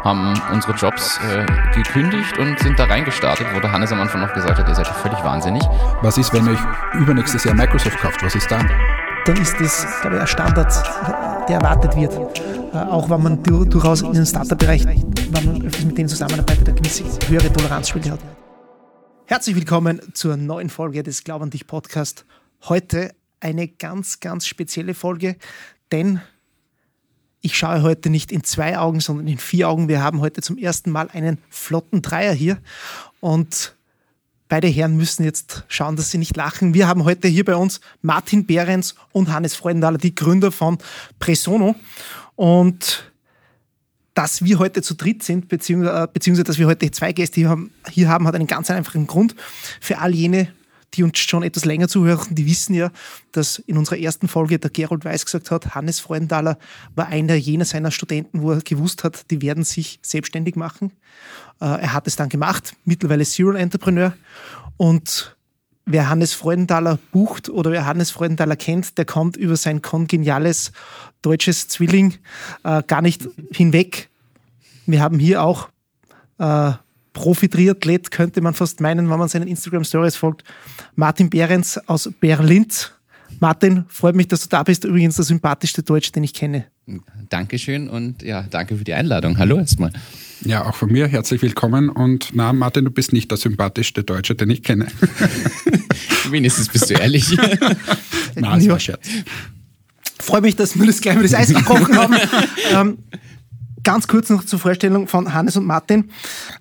haben unsere Jobs gekündigt und sind da reingestartet, wo der Hannes am Anfang noch gesagt hat, ihr seid ja völlig wahnsinnig. Was ist, wenn euch übernächstes Jahr Microsoft kauft? Was ist dann? Dann ist das, glaube ich, ein Standard, der erwartet wird. Auch wenn man durchaus in den Startup-Bereich, wenn man öfters mit denen zusammenarbeitet, eine gewisse höhere Toleranzschwelle hat. Herzlich willkommen zur neuen Folge des Glaub an dich Podcast. Heute eine ganz, ganz spezielle Folge, denn ich schaue heute nicht in 2 Augen, sondern in 4 Augen. Wir haben heute zum ersten Mal einen flotten Dreier hier und beide Herren müssen jetzt schauen, dass sie nicht lachen. Wir haben heute hier bei uns Martin Behrens und Hannes Freudenthaler, die Gründer von Presono. Und dass wir heute zu dritt sind, beziehungsweise dass wir heute 2 Gäste hier haben, hat einen ganz einfachen Grund. Für all jene, die uns schon etwas länger zuhören, die wissen ja, dass in unserer ersten Folge der Gerold Weiß gesagt hat, Hannes Freudenthaler war einer jener seiner Studenten, wo er gewusst hat, die werden sich selbstständig machen. Er hat es dann gemacht, mittlerweile Serial Entrepreneur. Und wer Hannes Freudenthaler bucht oder wer Hannes Freudenthaler kennt, der kommt über sein kongeniales deutsches Zwilling gar nicht hinweg. Wir haben hier auch Profi-Triathlet, könnte man fast meinen, wenn man seinen Instagram-Stories folgt, Martin Behrens aus Berlin. Martin, freut mich, dass du da bist. Übrigens der sympathischste Deutsche, den ich kenne. Dankeschön und ja, danke für die Einladung. Hallo erstmal. Ja, auch von mir herzlich willkommen. Und na, Martin, du bist nicht der sympathischste Deutsche, den ich kenne. Wenigstens bist du ehrlich. Nein, das war Scherz. Freue mich, dass wir das gleich mal das Eis gebrochen haben. Ganz kurz noch zur Vorstellung von Hannes und Martin.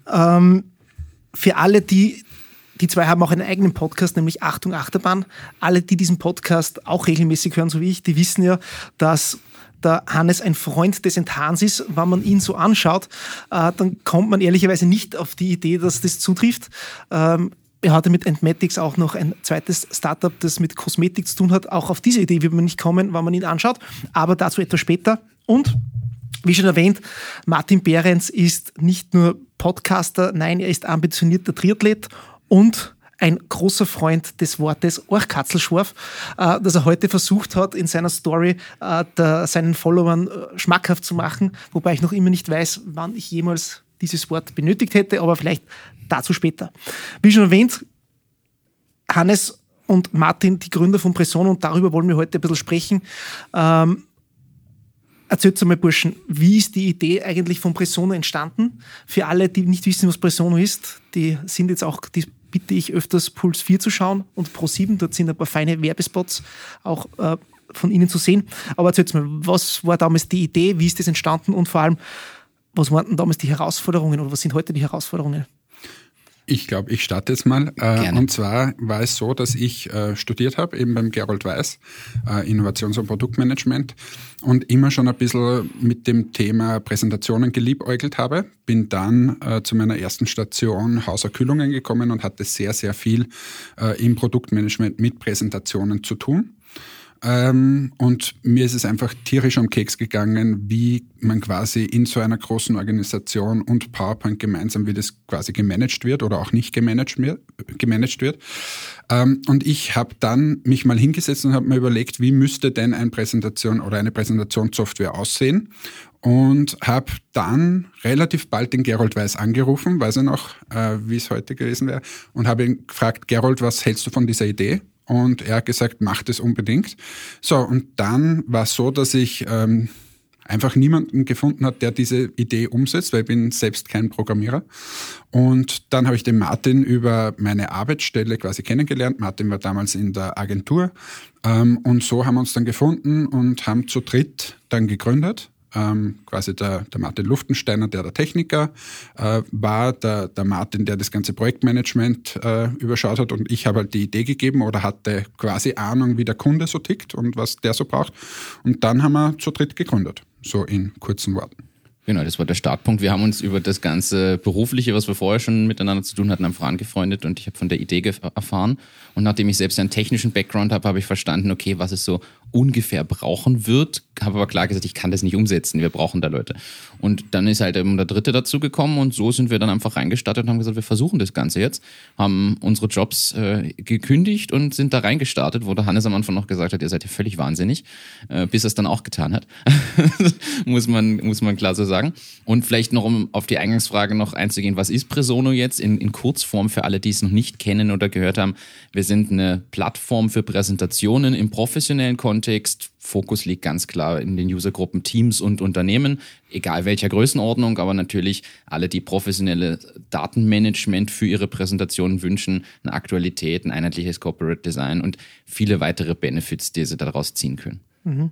Für alle, die 2 haben auch einen eigenen Podcast, nämlich Achtung Achterbahn. Alle, die diesen Podcast auch regelmäßig hören, so wie ich, die wissen ja, dass der Hannes ein Freund des Enthans ist. Wenn man ihn so anschaut, dann kommt man ehrlicherweise nicht auf die Idee, dass das zutrifft. Er hatte mit Entmatics auch noch ein zweites Startup, das mit Kosmetik zu tun hat. Auch auf diese Idee wird man nicht kommen, wenn man ihn anschaut. Aber dazu etwas später. Und wie schon erwähnt, Martin Behrens ist nicht nur Podcaster, nein, er ist ambitionierter Triathlet und ein großer Freund des Wortes Orchkatzelschwarf, das er heute versucht hat, in seiner Story seinen Followern schmackhaft zu machen, wobei ich noch immer nicht weiß, wann ich jemals dieses Wort benötigt hätte, aber vielleicht dazu später. Wie schon erwähnt, Hannes und Martin, die Gründer von Presono, und darüber wollen wir heute ein bisschen sprechen. Erzählt mal, Burschen, wie ist die Idee eigentlich von Presono entstanden? Für alle, die nicht wissen, was Presono ist, die bitte ich öfters Puls 4 zu schauen und Pro7, dort sind ein paar feine Werbespots auch von Ihnen zu sehen. Aber erzählt mal, was war damals die Idee, wie ist das entstanden und vor allem, was waren denn damals die Herausforderungen oder was sind heute die Herausforderungen? Ich glaube, ich starte jetzt mal. Und zwar war es so, dass ich studiert habe, eben beim Gerold Weiß, Innovations- und Produktmanagement und immer schon ein bisschen mit dem Thema Präsentationen geliebäugelt habe. Bin dann zu meiner ersten Station Hauser Kühlungen gekommen und hatte sehr, sehr viel im Produktmanagement mit Präsentationen zu tun. Und mir ist es einfach tierisch am Keks gegangen, wie man quasi in so einer großen Organisation und PowerPoint gemeinsam, wie das quasi gemanagt wird oder auch nicht gemanagt wird. Und ich habe dann mich mal hingesetzt und habe mir überlegt, wie müsste denn eine Präsentation oder eine Präsentationssoftware aussehen? Und habe dann relativ bald den Gerold Weiß angerufen, weiß ich noch, wie es heute gewesen wäre, und habe ihn gefragt, Gerold, was hältst du von dieser Idee? Und er hat gesagt, mach das unbedingt. So, und dann war es so, dass ich einfach niemanden gefunden habe, der diese Idee umsetzt, weil ich bin selbst kein Programmierer. Und dann habe ich den Martin über meine Arbeitsstelle quasi kennengelernt. Martin war damals in der Agentur. Und so haben wir uns dann gefunden und haben zu dritt dann gegründet. Quasi der Martin Luftensteiner, der Techniker war, der Martin, der das ganze Projektmanagement überschaut hat, und ich habe halt die Idee gegeben oder hatte quasi Ahnung, wie der Kunde so tickt und was der so braucht, und dann haben wir zu dritt gegründet, so in kurzen Worten. Genau, das war der Startpunkt. Wir haben uns über das ganze Berufliche, was wir vorher schon miteinander zu tun hatten, einfach angefreundet, und ich habe von der Idee erfahren. Und nachdem ich selbst einen technischen Background habe, habe ich verstanden, okay, was ist so ungefähr brauchen wird, habe aber klar gesagt, ich kann das nicht umsetzen, wir brauchen da Leute. Und dann ist halt eben der Dritte dazu gekommen und so sind wir dann einfach reingestartet und haben gesagt, wir versuchen das Ganze jetzt, haben unsere Jobs gekündigt und sind da reingestartet, wo der Hannes am Anfang noch gesagt hat, ihr seid ja völlig wahnsinnig, bis er es dann auch getan hat, muss man klar so sagen. Und vielleicht noch, um auf die Eingangsfrage noch einzugehen, was ist Presono jetzt in Kurzform für alle, die es noch nicht kennen oder gehört haben? Wir sind eine Plattform für Präsentationen im professionellen Kontext. Fokus liegt ganz klar in den Usergruppen Teams und Unternehmen, egal welcher Größenordnung, aber natürlich alle, die professionelle Datenmanagement für ihre Präsentationen wünschen, eine Aktualität, ein einheitliches Corporate Design und viele weitere Benefits, die sie daraus ziehen können. Mhm.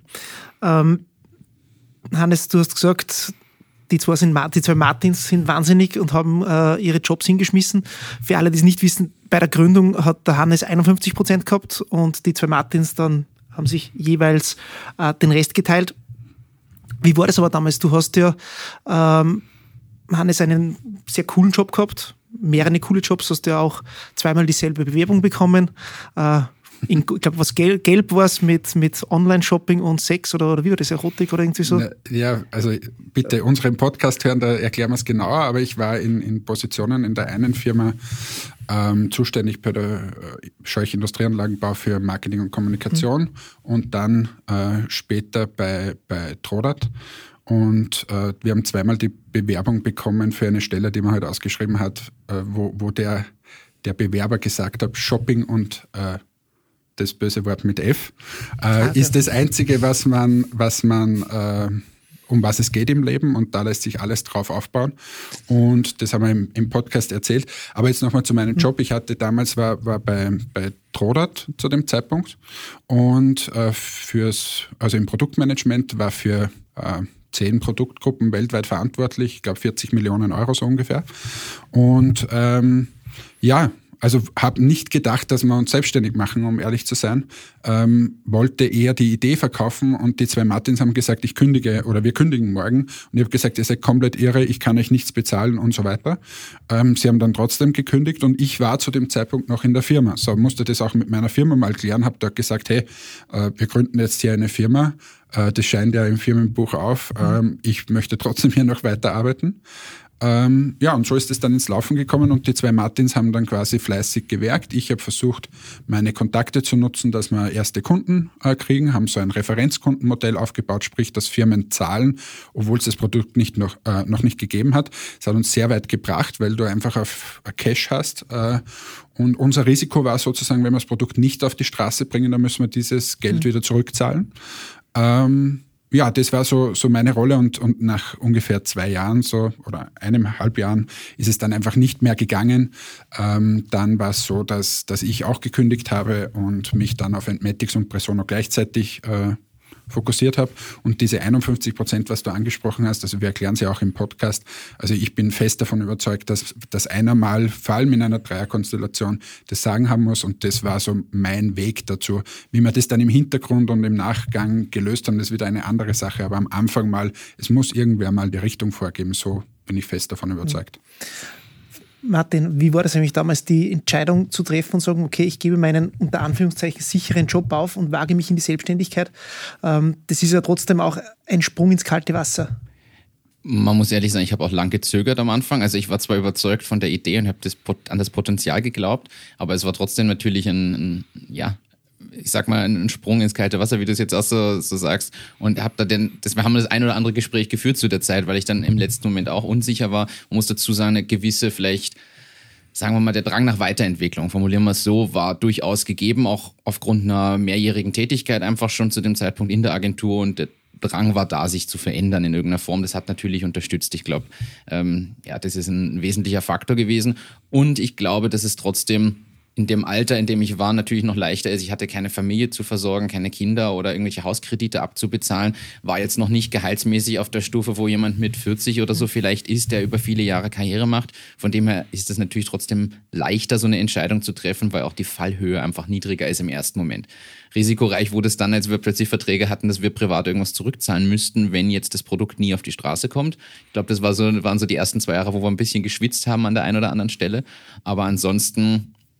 Hannes, du hast gesagt, die zwei Martins sind wahnsinnig und haben ihre Jobs hingeschmissen. Für alle, die es nicht wissen, bei der Gründung hat der Hannes 51% gehabt und die zwei Martins dann haben sich jeweils den Rest geteilt. Wie war das aber damals? Du hast ja, Hannes, einen sehr coolen Job gehabt, mehrere coole Jobs, hast ja auch zweimal dieselbe Bewerbung bekommen. Ich glaube, was gelb war es mit Online-Shopping und Sex oder wie war das, Erotik oder irgendwie so? Ja, also bitte unseren Podcast hören, da erklären wir es genauer, aber ich war in Positionen in der einen Firma zuständig bei der Scheuch-Industrieanlagenbau für Marketing und Kommunikation und dann später bei Trodat. Und wir haben zweimal die Bewerbung bekommen für eine Stelle, die man halt ausgeschrieben hat, wo der Bewerber gesagt hat, Shopping und das böse Wort mit F, ist das Einzige, um was es geht im Leben und da lässt sich alles drauf aufbauen und das haben wir im Podcast erzählt. Aber jetzt nochmal zu meinem Job. Ich hatte damals, war bei Trodat zu dem Zeitpunkt und also im Produktmanagement war für 10 Produktgruppen weltweit verantwortlich, ich glaube 40 Millionen Euro so ungefähr und also habe nicht gedacht, dass wir uns selbstständig machen, um ehrlich zu sein. Wollte eher die Idee verkaufen und die zwei Martins haben gesagt, wir kündigen morgen. Und ich habe gesagt, ihr seid komplett irre, ich kann euch nichts bezahlen und so weiter. Sie haben dann trotzdem gekündigt und ich war zu dem Zeitpunkt noch in der Firma. So musste das auch mit meiner Firma mal klären, habe dort gesagt, hey, wir gründen jetzt hier eine Firma. Das scheint ja im Firmenbuch auf. Ich möchte trotzdem hier noch weiter arbeiten. Und so ist es dann ins Laufen gekommen und die zwei Martins haben dann quasi fleißig gewerkt. Ich habe versucht, meine Kontakte zu nutzen, dass wir erste Kunden kriegen, haben so ein Referenzkundenmodell aufgebaut, sprich, dass Firmen zahlen, obwohl es das Produkt noch nicht gegeben hat. Das hat uns sehr weit gebracht, weil du einfach auf Cash hast. Und unser Risiko war sozusagen, wenn wir das Produkt nicht auf die Straße bringen, dann müssen wir dieses Geld wieder zurückzahlen. Das war so meine Rolle und nach ungefähr 2 Jahren oder 1,5 Jahren ist es dann einfach nicht mehr gegangen. Dann war es so, dass ich auch gekündigt habe und mich dann auf Entmatics und Presono gleichzeitig fokussiert habe. Und diese 51%, was du angesprochen hast, also wir erklären sie auch im Podcast, also ich bin fest davon überzeugt, dass einer mal, vor allem in einer Dreierkonstellation, das Sagen haben muss und das war so mein Weg dazu. Wie wir das dann im Hintergrund und im Nachgang gelöst haben, das ist wieder eine andere Sache, aber am Anfang mal, es muss irgendwer mal die Richtung vorgeben, so bin ich fest davon überzeugt. Martin, wie war das eigentlich damals, die Entscheidung zu treffen und sagen, okay, ich gebe meinen unter Anführungszeichen sicheren Job auf und wage mich in die Selbstständigkeit? Das ist ja trotzdem auch ein Sprung ins kalte Wasser. Man muss ehrlich sagen, ich habe auch lang gezögert am Anfang. Also ich war zwar überzeugt von der Idee und habe an das Potenzial geglaubt, aber es war trotzdem natürlich ein Sprung ins kalte Wasser, wie du es jetzt auch so sagst. Und wir haben das ein oder andere Gespräch geführt zu der Zeit, weil ich dann im letzten Moment auch unsicher war. Man muss dazu sagen, eine gewisse vielleicht, sagen wir mal, der Drang nach Weiterentwicklung, formulieren wir es so, war durchaus gegeben, auch aufgrund einer mehrjährigen Tätigkeit einfach schon zu dem Zeitpunkt in der Agentur und der Drang war da, sich zu verändern in irgendeiner Form. Das hat natürlich unterstützt. Ich glaube, das ist ein wesentlicher Faktor gewesen. Und ich glaube, dass es trotzdem in dem Alter, in dem ich war, natürlich noch leichter ist. Ich hatte keine Familie zu versorgen, keine Kinder oder irgendwelche Hauskredite abzubezahlen. War jetzt noch nicht gehaltsmäßig auf der Stufe, wo jemand mit 40 oder so vielleicht ist, der über viele Jahre Karriere macht. Von dem her ist es natürlich trotzdem leichter, so eine Entscheidung zu treffen, weil auch die Fallhöhe einfach niedriger ist im ersten Moment. Risikoreich wurde es dann, als wir plötzlich Verträge hatten, dass wir privat irgendwas zurückzahlen müssten, wenn jetzt das Produkt nie auf die Straße kommt. Ich glaube, waren so die ersten 2 Jahre, wo wir ein bisschen geschwitzt haben an der einen oder anderen Stelle. Aber ansonsten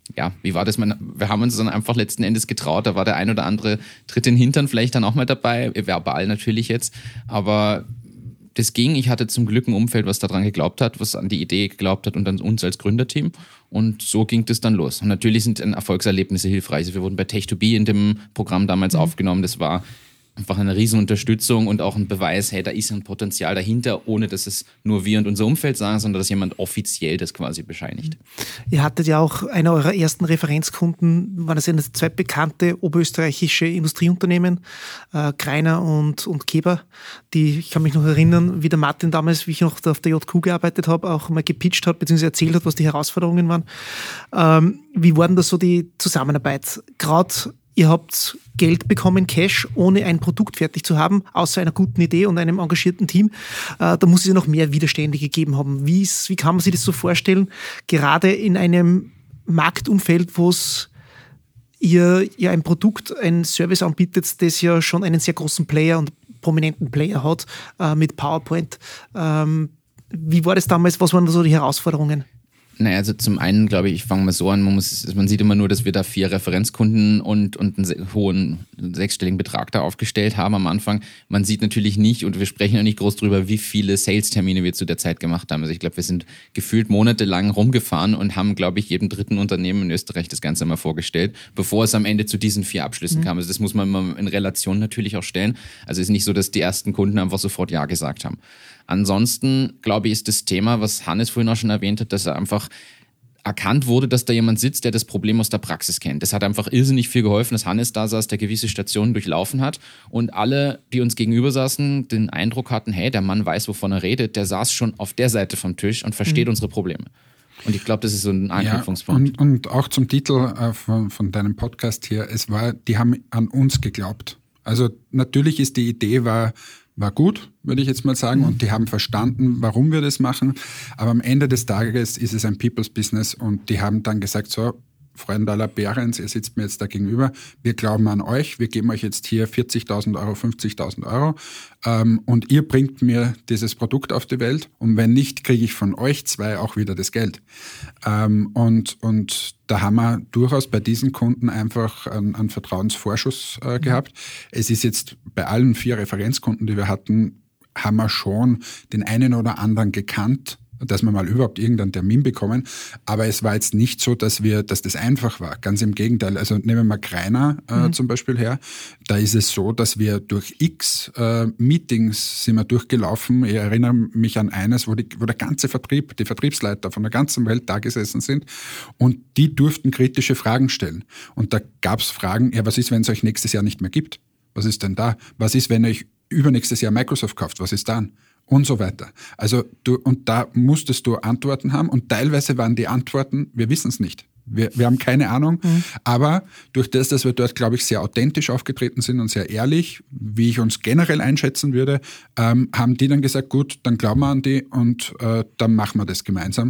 ja, wie war das? Wir haben uns dann einfach letzten Endes getraut. Da war der ein oder andere Tritt in den Hintern vielleicht dann auch mal dabei. Verbal natürlich jetzt. Aber das ging. Ich hatte zum Glück ein Umfeld, was daran geglaubt hat, was an die Idee geglaubt hat und an uns als Gründerteam. Und so ging das dann los. Und natürlich sind Erfolgserlebnisse hilfreich. Wir wurden bei Tech2B in dem Programm damals aufgenommen. Das war einfach eine Riesenunterstützung und auch ein Beweis, hey, da ist ein Potenzial dahinter, ohne dass es nur wir und unser Umfeld sagen, sondern dass jemand offiziell das quasi bescheinigt. Ihr hattet ja auch einer eurer ersten Referenzkunden, waren das ja zwei bekannte oberösterreichische Industrieunternehmen, Greiner und Keber, die, ich kann mich noch erinnern, wie der Martin damals, wie ich noch auf der JQ gearbeitet habe, auch mal gepitcht hat, beziehungsweise erzählt hat, was die Herausforderungen waren. Wie war denn das so die Zusammenarbeit? Gerade ihr habt Geld bekommen, Cash, ohne ein Produkt fertig zu haben, außer einer guten Idee und einem engagierten Team. Da muss es ja noch mehr Widerstände gegeben haben. Wie kann man sich das so vorstellen, gerade in einem Marktumfeld, wo es ihr ja ein Produkt, ein Service anbietet, das ja schon einen sehr großen Player und prominenten Player hat, mit PowerPoint. Wie war das damals? Was waren da so die Herausforderungen? Naja, also zum einen, glaube ich fange mal so an, man sieht immer nur, dass wir da 4 Referenzkunden und einen hohen 6-stelligen Betrag da aufgestellt haben am Anfang. Man sieht natürlich nicht, und wir sprechen auch nicht groß drüber, wie viele Sales-Termine wir zu der Zeit gemacht haben. Also ich glaube, wir sind gefühlt monatelang rumgefahren und haben, glaube ich, jedem dritten Unternehmen in Österreich das Ganze mal vorgestellt, bevor es am Ende zu diesen 4 Abschlüssen kam. Also das muss man immer in Relation natürlich auch stellen. Also es ist nicht so, dass die ersten Kunden einfach sofort Ja gesagt haben. Ansonsten, glaube ich, ist das Thema, was Hannes vorhin auch schon erwähnt hat, dass er einfach erkannt wurde, dass da jemand sitzt, der das Problem aus der Praxis kennt. Das hat einfach irrsinnig viel geholfen, dass Hannes da saß, der gewisse Stationen durchlaufen hat und alle, die uns gegenüber saßen, den Eindruck hatten, hey, der Mann weiß, wovon er redet, der saß schon auf der Seite vom Tisch und versteht unsere Probleme. Und ich glaube, das ist so ein Anknüpfungspunkt. Ja, und auch zum Titel von deinem Podcast hier, die haben an uns geglaubt. Also natürlich ist die Idee war gut, würde ich jetzt mal sagen, und die haben verstanden, warum wir das machen, aber am Ende des Tages ist es ein People's Business und die haben dann gesagt, so, Freunde aller Behrens, ihr sitzt mir jetzt da gegenüber, wir glauben an euch, wir geben euch jetzt hier 40.000 Euro, 50.000 Euro und ihr bringt mir dieses Produkt auf die Welt und wenn nicht, kriege ich von euch 2 auch wieder das Geld. Und da haben wir durchaus bei diesen Kunden einfach einen Vertrauensvorschuss gehabt. Es ist jetzt bei allen 4 Referenzkunden, die wir hatten, haben wir schon den einen oder anderen gekannt, dass wir mal überhaupt irgendeinen Termin bekommen. Aber es war jetzt nicht so, dass das einfach war. Ganz im Gegenteil. Also nehmen wir mal Greiner zum Beispiel her. Da ist es so, dass wir durch x Meetings sind wir durchgelaufen. Ich erinnere mich an eines, wo der ganze Vertrieb, die Vertriebsleiter von der ganzen Welt da gesessen sind und die durften kritische Fragen stellen. Und da gab es Fragen, ja, was ist, wenn es euch nächstes Jahr nicht mehr gibt? Was ist denn da? Was ist, wenn euch übernächstes Jahr Microsoft kauft? Was ist dann? Und so weiter. Also und da musstest du Antworten haben und teilweise waren die Antworten, wir wissen es nicht. Wir haben keine Ahnung, aber durch das, dass wir dort, glaube ich, sehr authentisch aufgetreten sind und sehr ehrlich, wie ich uns generell einschätzen würde, haben die dann gesagt, gut, dann glauben wir an die und dann machen wir das gemeinsam.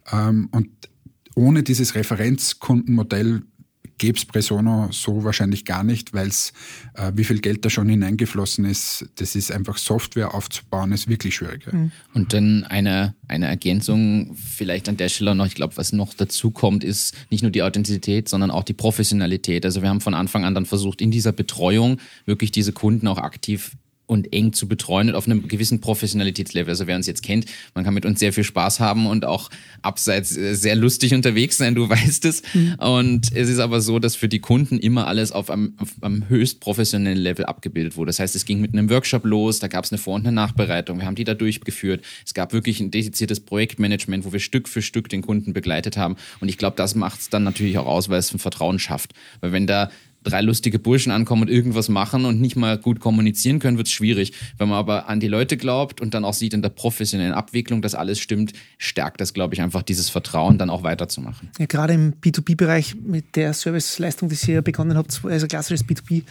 Und ohne dieses Referenzkundenmodell gäbe es Presono so wahrscheinlich gar nicht, weil wie viel Geld da schon hineingeflossen ist, das ist einfach Software aufzubauen, ist wirklich schwierig. Ja. Und dann eine Ergänzung vielleicht an der Stelle noch, ich glaube, was noch dazu kommt, ist nicht nur die Authentizität, sondern auch die Professionalität. Also wir haben von Anfang an dann versucht, in dieser Betreuung wirklich diese Kunden auch aktiv und eng zu betreuen und auf einem gewissen Professionalitätslevel. Also wer uns jetzt kennt, man kann mit uns sehr viel Spaß haben und auch abseits sehr lustig unterwegs sein, du weißt es. Und es ist aber so, dass für die Kunden immer alles auf einem höchst professionellen Level abgebildet wurde. Das heißt, es ging mit einem Workshop los, da gab es eine Vor- und eine Nachbereitung, wir haben die da durchgeführt. Es gab wirklich ein dediziertes Projektmanagement, wo wir Stück für Stück den Kunden begleitet haben. Und ich glaube, das macht es dann natürlich auch aus, weil es ein Vertrauen schafft. Weil wenn da 3 lustige Burschen ankommen und irgendwas machen und nicht mal gut kommunizieren können, wird es schwierig. Wenn man aber an die Leute glaubt und dann auch sieht in der professionellen Abwicklung, dass alles stimmt, stärkt das, glaube ich, einfach dieses Vertrauen, dann auch weiterzumachen. Ja, gerade im B2B-Bereich mit der Serviceleistung, die ihr begonnen habt, also klassisches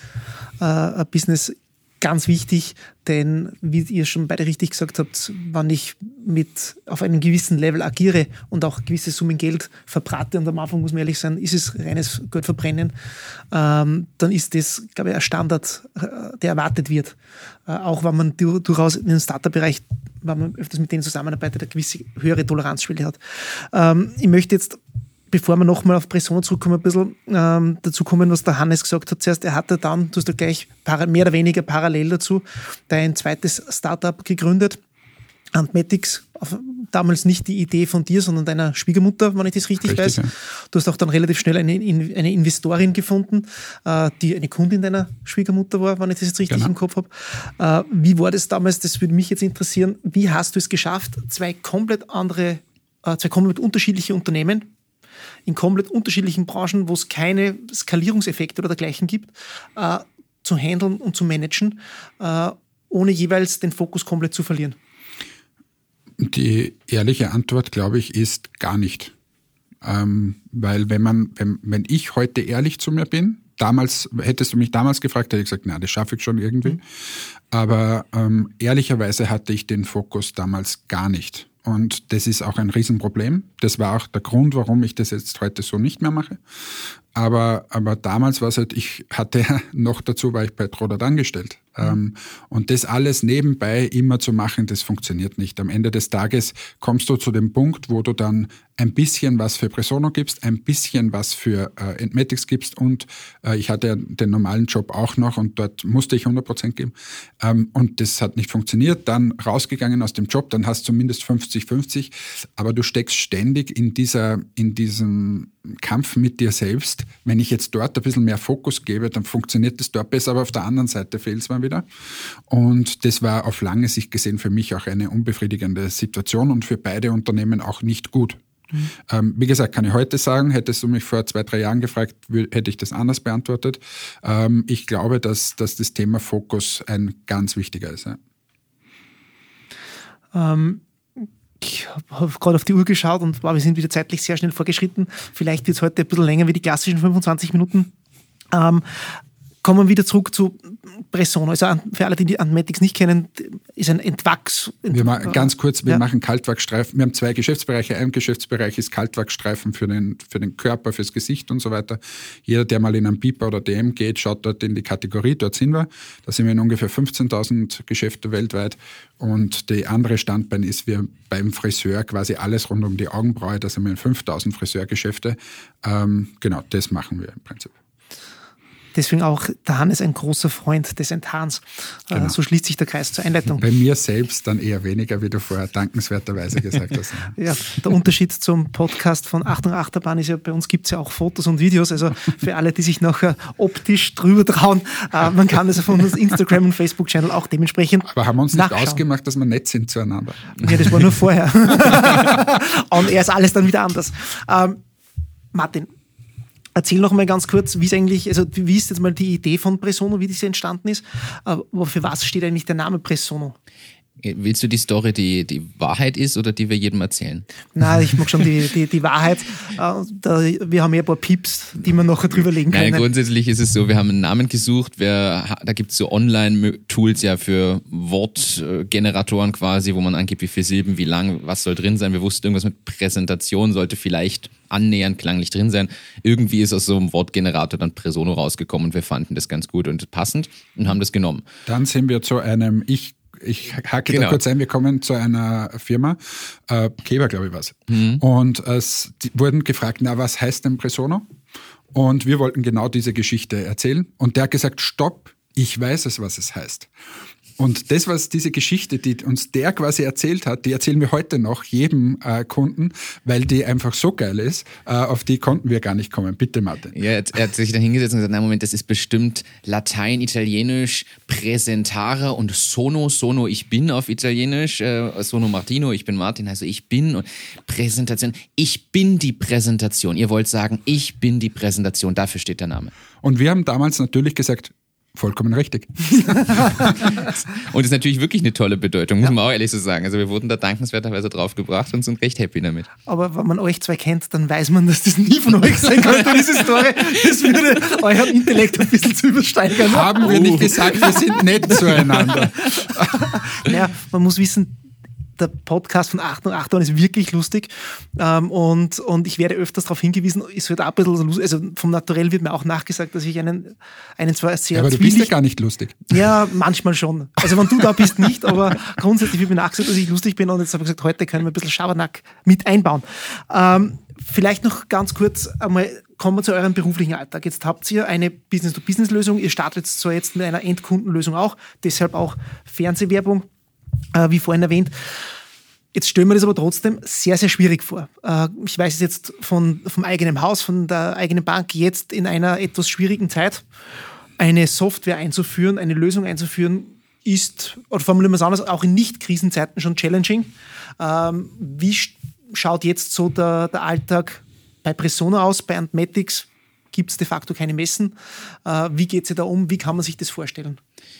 B2B-Business, ganz wichtig, denn wie ihr schon beide richtig gesagt habt, wenn ich auf einem gewissen Level agiere und auch gewisse Summen Geld verbrate, und am Anfang muss man ehrlich sein, ist es reines Geldverbrennen, dann ist das, glaube ich, ein Standard, der erwartet wird. Auch wenn man durchaus in den Startup-Bereich, wenn man öfters mit denen zusammenarbeitet, eine gewisse höhere Toleranzschwelle hat. Ich möchte jetzt bevor wir nochmal auf Presono zurückkommen, ein bisschen dazu kommen, was der Hannes gesagt hat. Zuerst, er hatte dann, du hast ja gleich mehr oder weniger parallel dazu, dein zweites Startup gegründet, Antmatics, damals nicht die Idee von dir, sondern deiner Schwiegermutter, wenn ich das richtig weiß. Ja. Du hast auch dann relativ schnell eine Investorin gefunden, die eine Kundin deiner Schwiegermutter war, wenn ich das jetzt richtig im Kopf habe. Wie war das damals? Das würde mich jetzt interessieren. Wie hast du es geschafft, zwei komplett unterschiedliche Unternehmen in komplett unterschiedlichen Branchen, wo es keine Skalierungseffekte oder dergleichen gibt, zu handeln und zu managen, ohne jeweils den Fokus komplett zu verlieren? Die ehrliche Antwort, glaube ich, ist gar nicht. Weil wenn ich heute ehrlich zu mir bin, hättest du mich damals gefragt, hätte ich gesagt, na, das schaffe ich schon irgendwie. Aber ehrlicherweise hatte ich den Fokus damals gar nicht. Und das ist auch ein Riesenproblem. Das war auch der Grund, warum ich das jetzt heute so nicht mehr mache. Aber damals war es halt, war ich bei Trodat angestellt. Und das alles nebenbei immer zu machen, das funktioniert nicht. Am Ende des Tages kommst du zu dem Punkt, wo du dann ein bisschen was für Presono gibst, ein bisschen was für Antmatics gibst und ich hatte ja den normalen Job auch noch und dort musste ich 100% geben. Und das hat nicht funktioniert. Dann rausgegangen aus dem Job, dann hast du zumindest 50-50, aber du steckst ständig in diesem Kampf mit dir selbst. Wenn ich jetzt dort ein bisschen mehr Fokus gebe, dann funktioniert das dort besser, aber auf der anderen Seite fehlt es mal wieder. Und das war auf lange Sicht gesehen für mich auch eine unbefriedigende Situation und für beide Unternehmen auch nicht gut. Wie gesagt, kann ich heute sagen, hättest du mich vor 2-3 Jahren gefragt, hätte ich das anders beantwortet. Ich glaube, dass das Thema Fokus ein ganz wichtiger ist. Ja. Ich habe gerade auf die Uhr geschaut und wir sind wieder zeitlich sehr schnell vorgeschritten. Vielleicht wird es heute ein bisschen länger wie die klassischen 25 Minuten. Kommen wir wieder zurück zu Presono. Also für alle, die die Antmatics nicht kennen, ist ein Entwachs. Ganz kurz, wir machen Kaltwachsstreifen. Wir haben 2 Geschäftsbereiche. Ein Geschäftsbereich ist Kaltwachsstreifen für den Körper, fürs Gesicht und so weiter. Jeder, der mal in einen Bipa oder DM geht, schaut dort in die Kategorie. Dort sind wir. Da sind wir in ungefähr 15.000 Geschäfte weltweit. Und die andere Standbein ist, wir beim Friseur quasi alles rund um die Augenbraue. Da sind wir in 5.000 Friseurgeschäfte. Genau, das machen wir im Prinzip. Deswegen auch der Hannes ein großer Freund des Enthans. Genau. So schließt sich der Kreis zur Einleitung. Bei mir selbst dann eher weniger, wie du vorher dankenswerterweise gesagt hast. Ja, der Unterschied zum Podcast von Achtung Achterbahn ist ja, bei uns gibt es ja auch Fotos und Videos, also für alle, die sich nachher optisch drüber trauen, man kann das auf unserem Instagram- und Facebook-Channel auch dementsprechend Aber haben wir uns nicht nachschauen. Ausgemacht, dass wir nett sind zueinander? Ja, das war nur vorher. Und er ist alles dann wieder anders. Martin, erzähl noch mal ganz kurz, wie ist jetzt mal die Idee von Presono, wie diese entstanden ist? Aber für was steht eigentlich der Name Presono? Willst du die Story, die Wahrheit ist oder die wir jedem erzählen? Nein, ich mag schon die Wahrheit. Wir haben ja ein paar Pieps, die wir nachher drüberlegen können. Nein, grundsätzlich ist es so, wir haben einen Namen gesucht. Da gibt es so Online-Tools ja für Wortgeneratoren quasi, wo man angibt, wie viele Silben, wie lang, was soll drin sein. Wir wussten, irgendwas mit Präsentation sollte vielleicht annähernd klanglich drin sein. Irgendwie ist aus so einem Wortgenerator dann Presono rausgekommen und wir fanden das ganz gut und passend und haben das genommen. Dann sind wir zu einem, ich hake da kurz ein, wir kommen zu einer Firma, Keber, glaube ich, was. Und die wurden gefragt, na, was heißt denn Presono? Und wir wollten genau diese Geschichte erzählen. Und der hat gesagt, stopp, ich weiß es, was es heißt. Und das, was diese Geschichte, die uns der quasi erzählt hat, die erzählen wir heute noch jedem Kunden, weil die einfach so geil ist, auf die konnten wir gar nicht kommen. Bitte, Martin. Ja, er hat sich dann hingesetzt und gesagt, na Moment, das ist bestimmt Latein, Italienisch, Präsentare und Sono, ich bin auf Italienisch, Sono Martino, ich bin Martin, also ich bin und Präsentation, ich bin die Präsentation. Ihr wollt sagen, ich bin die Präsentation, dafür steht der Name. Und wir haben damals natürlich gesagt, vollkommen richtig. Und ist natürlich wirklich eine tolle Bedeutung, muss man auch ehrlich so sagen. Also wir wurden da dankenswerterweise drauf gebracht und sind recht happy damit. Aber wenn man euch zwei kennt, dann weiß man, dass das nie von euch sein könnte, diese Story. Das würde euren Intellekt ein bisschen zu übersteigern. Haben wir nicht gesagt, wir sind nett zueinander. Naja, man muss wissen, der Podcast von Achtung, Achtung ist wirklich lustig und ich werde öfters darauf hingewiesen, es wird auch ein bisschen so lustig, also vom Naturell wird mir auch nachgesagt, dass ich einen zwar sehr aber du bist ja gar nicht lustig. Ja, manchmal schon. Also wenn du da bist, nicht, aber grundsätzlich wird mir nachgesagt, dass ich lustig bin und jetzt habe ich gesagt, heute können wir ein bisschen Schabernack mit einbauen. Vielleicht noch ganz kurz einmal kommen wir zu eurem beruflichen Alltag. Jetzt habt ihr eine Business-to-Business-Lösung, ihr startet zwar jetzt mit einer Endkundenlösung auch, deshalb auch Fernsehwerbung, wie vorhin erwähnt. Jetzt stellen wir das aber trotzdem sehr, sehr schwierig vor. Ich weiß es jetzt vom eigenen Haus, von der eigenen Bank, jetzt in einer etwas schwierigen Zeit eine Software einzuführen, eine Lösung einzuführen, ist, oder formulieren wir es anders, auch in Nicht-Krisenzeiten schon challenging. Wie schaut jetzt so der Alltag bei Presona aus? Bei Antmatics gibt es de facto keine Messen. Wie geht es da um? Wie kann man sich das vorstellen?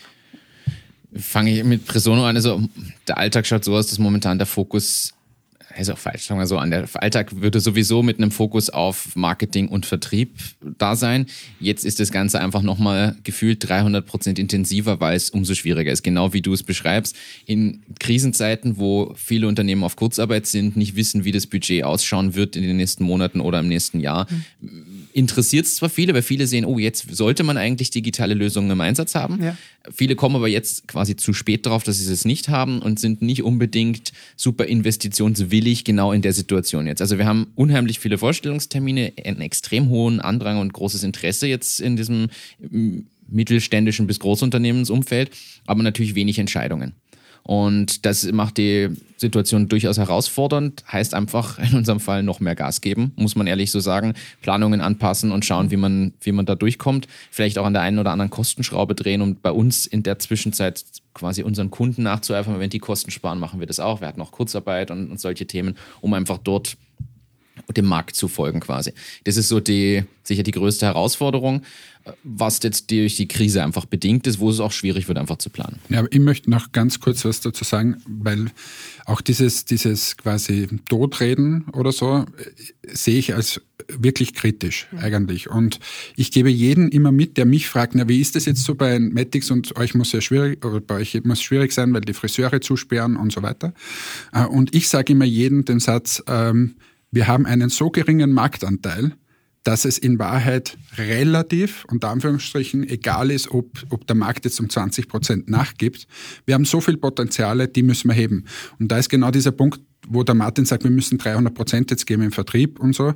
Fange ich mit Presona an. Also der Alltag schaut so aus, dass momentan der Fokus, also falsch, sagen wir so, der Alltag würde sowieso mit einem Fokus auf Marketing und Vertrieb da sein. Jetzt ist das Ganze einfach nochmal gefühlt 300% intensiver, weil es umso schwieriger ist. Genau wie du es beschreibst. In Krisenzeiten, wo viele Unternehmen auf Kurzarbeit sind, nicht wissen, wie das Budget ausschauen wird in den nächsten Monaten oder im nächsten Jahr, interessiert es zwar viele, weil viele sehen, oh, jetzt sollte man eigentlich digitale Lösungen im Einsatz haben. Ja. Viele kommen aber jetzt quasi zu spät drauf, dass sie es nicht haben und sind nicht unbedingt super investitionswillig genau in der Situation jetzt. Also wir haben unheimlich viele Vorstellungstermine, einen extrem hohen Andrang und großes Interesse jetzt in diesem mittelständischen bis Großunternehmensumfeld, aber natürlich wenig Entscheidungen. Und das macht die Situation durchaus herausfordernd, heißt einfach in unserem Fall noch mehr Gas geben, muss man ehrlich so sagen, Planungen anpassen und schauen, wie man da durchkommt, vielleicht auch an der einen oder anderen Kostenschraube drehen und bei uns in der Zwischenzeit quasi unseren Kunden nachzueifern, wenn die Kosten sparen, machen wir das auch. Wir hatten auch Kurzarbeit und solche Themen, um einfach dort dem Markt zu folgen quasi. Das ist so sicher die größte Herausforderung, was jetzt durch die Krise einfach bedingt ist, wo es auch schwierig wird, einfach zu planen. Ja, aber ich möchte noch ganz kurz was dazu sagen, weil auch dieses quasi Totreden oder so sehe ich als wirklich kritisch eigentlich. Und ich gebe jeden immer mit, der mich fragt, na, wie ist das jetzt so bei Antmatics und euch muss ja schwierig, oder bei euch muss schwierig sein, weil die Friseure zusperren und so weiter. Und ich sage immer jedem den Satz, wir haben einen so geringen Marktanteil, dass es in Wahrheit relativ, unter Anführungsstrichen, egal ist, ob der Markt jetzt um 20% nachgibt. Wir haben so viel Potenziale, die müssen wir heben. Und da ist genau dieser Punkt, wo der Martin sagt, wir müssen 300% jetzt geben im Vertrieb und so.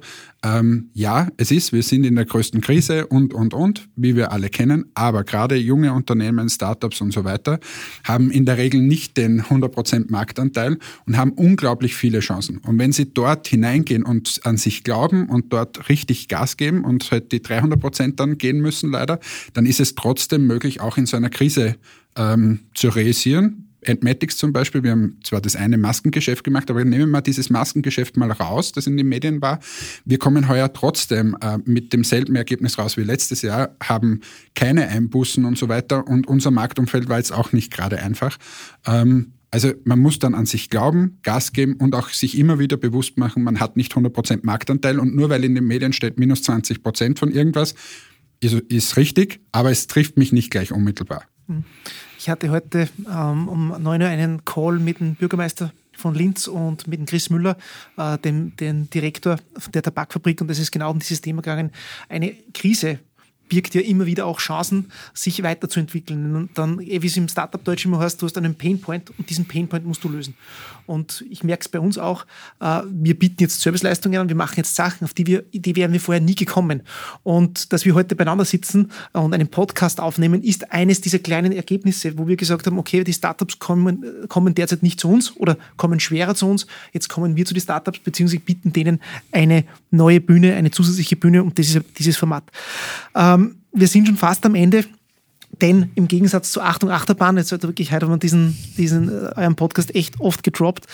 Ja, wir sind in der größten Krise und, wie wir alle kennen. Aber gerade junge Unternehmen, Startups und so weiter haben in der Regel nicht den 100% Marktanteil und haben unglaublich viele Chancen. Und wenn sie dort hineingehen und an sich glauben und dort richtig Gas geben und halt die 300% dann gehen müssen leider, dann ist es trotzdem möglich, auch in so einer Krise zu realisieren. Antmatics zum Beispiel, wir haben zwar das eine Maskengeschäft gemacht, aber nehmen wir mal dieses Maskengeschäft mal raus, das in den Medien war. Wir kommen heuer trotzdem mit demselben Ergebnis raus wie letztes Jahr, haben keine Einbußen und so weiter und unser Marktumfeld war jetzt auch nicht gerade einfach. Also man muss dann an sich glauben, Gas geben und auch sich immer wieder bewusst machen, man hat nicht 100% Marktanteil und nur weil in den Medien steht minus 20% von irgendwas, ist richtig, aber es trifft mich nicht gleich unmittelbar. Ich hatte heute um 9 Uhr einen Call mit dem Bürgermeister von Linz und mit dem Chris Müller, dem Direktor der Tabakfabrik. Und es ist genau um dieses Thema gegangen. Eine Krise birgt ja immer wieder auch Chancen, sich weiterzuentwickeln. Und dann, wie es im Startup-Deutsch immer heißt, du hast einen Painpoint und diesen Painpoint musst du lösen. Und ich merke es bei uns auch, wir bieten jetzt Serviceleistungen an, wir machen jetzt Sachen, auf die wären wir vorher nie gekommen. Und dass wir heute beieinander sitzen und einen Podcast aufnehmen, ist eines dieser kleinen Ergebnisse, wo wir gesagt haben, okay, die Startups kommen derzeit nicht zu uns oder kommen schwerer zu uns. Jetzt kommen wir zu den Startups, beziehungsweise bieten denen eine neue Bühne, eine zusätzliche Bühne und das ist dieses Format. Wir sind schon fast am Ende, denn im Gegensatz zu Achtung Achterbahn, jetzt heute haben wir diesen euren Podcast echt oft gedroppt,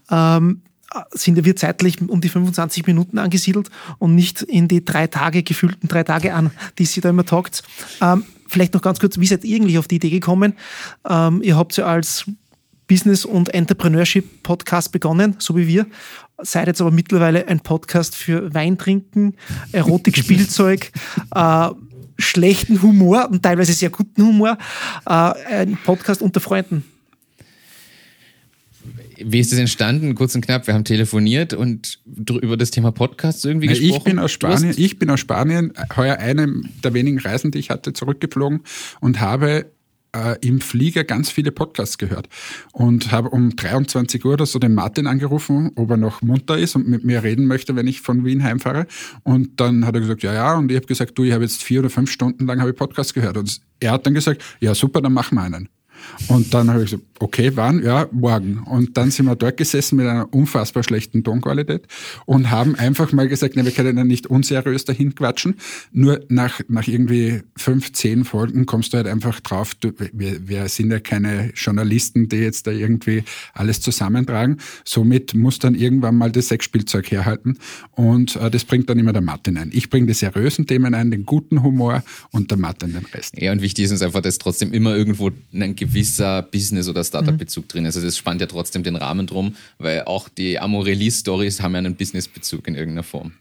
sind wir zeitlich um die 25 Minuten angesiedelt und nicht in die gefühlten 3 Tage an, die sie da immer talkt. Vielleicht noch ganz kurz, wie seid ihr eigentlich auf die Idee gekommen? Ihr habt ja als Business- und Entrepreneurship-Podcast begonnen, so wie wir. Seid jetzt aber mittlerweile ein Podcast für Weintrinken, Erotik-Spielzeug, schlechten Humor und teilweise sehr guten Humor, ein Podcast unter Freunden. Wie ist das entstanden? Kurz und knapp, wir haben telefoniert und über das Thema Podcasts irgendwie gesprochen. Ich bin aus Spanien, heuer eine der wenigen Reisen, die ich hatte, zurückgeflogen und habe im Flieger ganz viele Podcasts gehört und habe um 23 Uhr oder so den Martin angerufen, ob er noch munter ist und mit mir reden möchte, wenn ich von Wien heimfahre. Und dann hat er gesagt, ja. Und ich habe gesagt, ich habe jetzt 4 oder 5 Stunden lang Podcasts gehört. Und er hat dann gesagt, ja super, dann machen wir einen. Und dann habe ich gesagt, okay, wann? Ja, morgen. Und dann sind wir dort gesessen mit einer unfassbar schlechten Tonqualität und haben einfach mal gesagt, wir können ja nicht unseriös dahin quatschen. Nur nach irgendwie 5, 10 Folgen kommst du halt einfach drauf, wir sind ja keine Journalisten, die jetzt da irgendwie alles zusammentragen. Somit muss dann irgendwann mal das Sexspielzeug herhalten. Und das bringt dann immer der Martin ein. Ich bringe die seriösen Themen ein, den guten Humor und der Martin den Rest. Ja, und wichtig ist uns einfach, dass trotzdem immer irgendwo ein gewisser Business- oder Startup-Bezug drin ist. Also das spannt ja trotzdem den Rahmen drum, weil auch die Amorelie-Stories haben ja einen Business-Bezug in irgendeiner Form.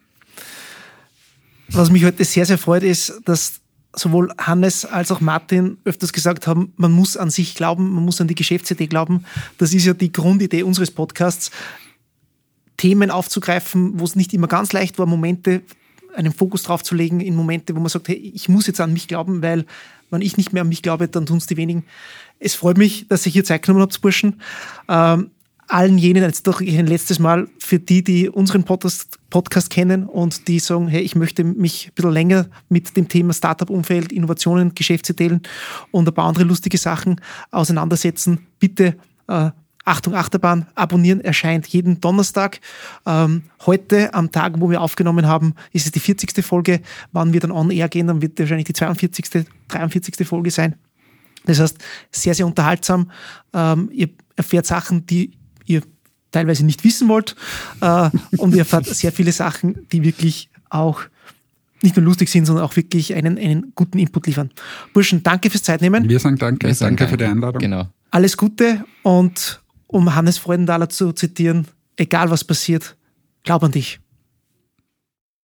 Was mich heute sehr, sehr freut, ist, dass sowohl Hannes als auch Martin öfters gesagt haben, man muss an sich glauben, man muss an die Geschäftsidee glauben. Das ist ja die Grundidee unseres Podcasts, Themen aufzugreifen, wo es nicht immer ganz leicht war, Momente, einen Fokus drauf zu legen, in Momente, wo man sagt, hey, ich muss jetzt an mich glauben, weil wenn ich nicht mehr an mich glaube, dann tun es die wenigen. Es freut mich, dass ihr hier Zeit genommen habt, Burschen. Allen jenen, jetzt doch ein letztes Mal, für die unseren Podcast kennen und die sagen, hey, ich möchte mich ein bisschen länger mit dem Thema Startup-Umfeld, Innovationen, Geschäftsideen und ein paar andere lustige Sachen auseinandersetzen. Bitte Achtung, Achterbahn, abonnieren, erscheint jeden Donnerstag. Heute, am Tag, wo wir aufgenommen haben, ist es die 40. Folge. Wann wir dann on air gehen, dann wird wahrscheinlich die 42., 43. Folge sein. Das heißt, sehr, sehr unterhaltsam. Ihr erfährt Sachen, die ihr teilweise nicht wissen wollt. Und ihr erfahrt sehr viele Sachen, die wirklich auch nicht nur lustig sind, sondern auch wirklich einen guten Input liefern. Burschen, danke fürs Zeitnehmen. Wir sagen danke. Danke für die Einladung. Genau. Alles Gute und um Hannes Freudenthaler zu zitieren, egal was passiert, glaub an dich.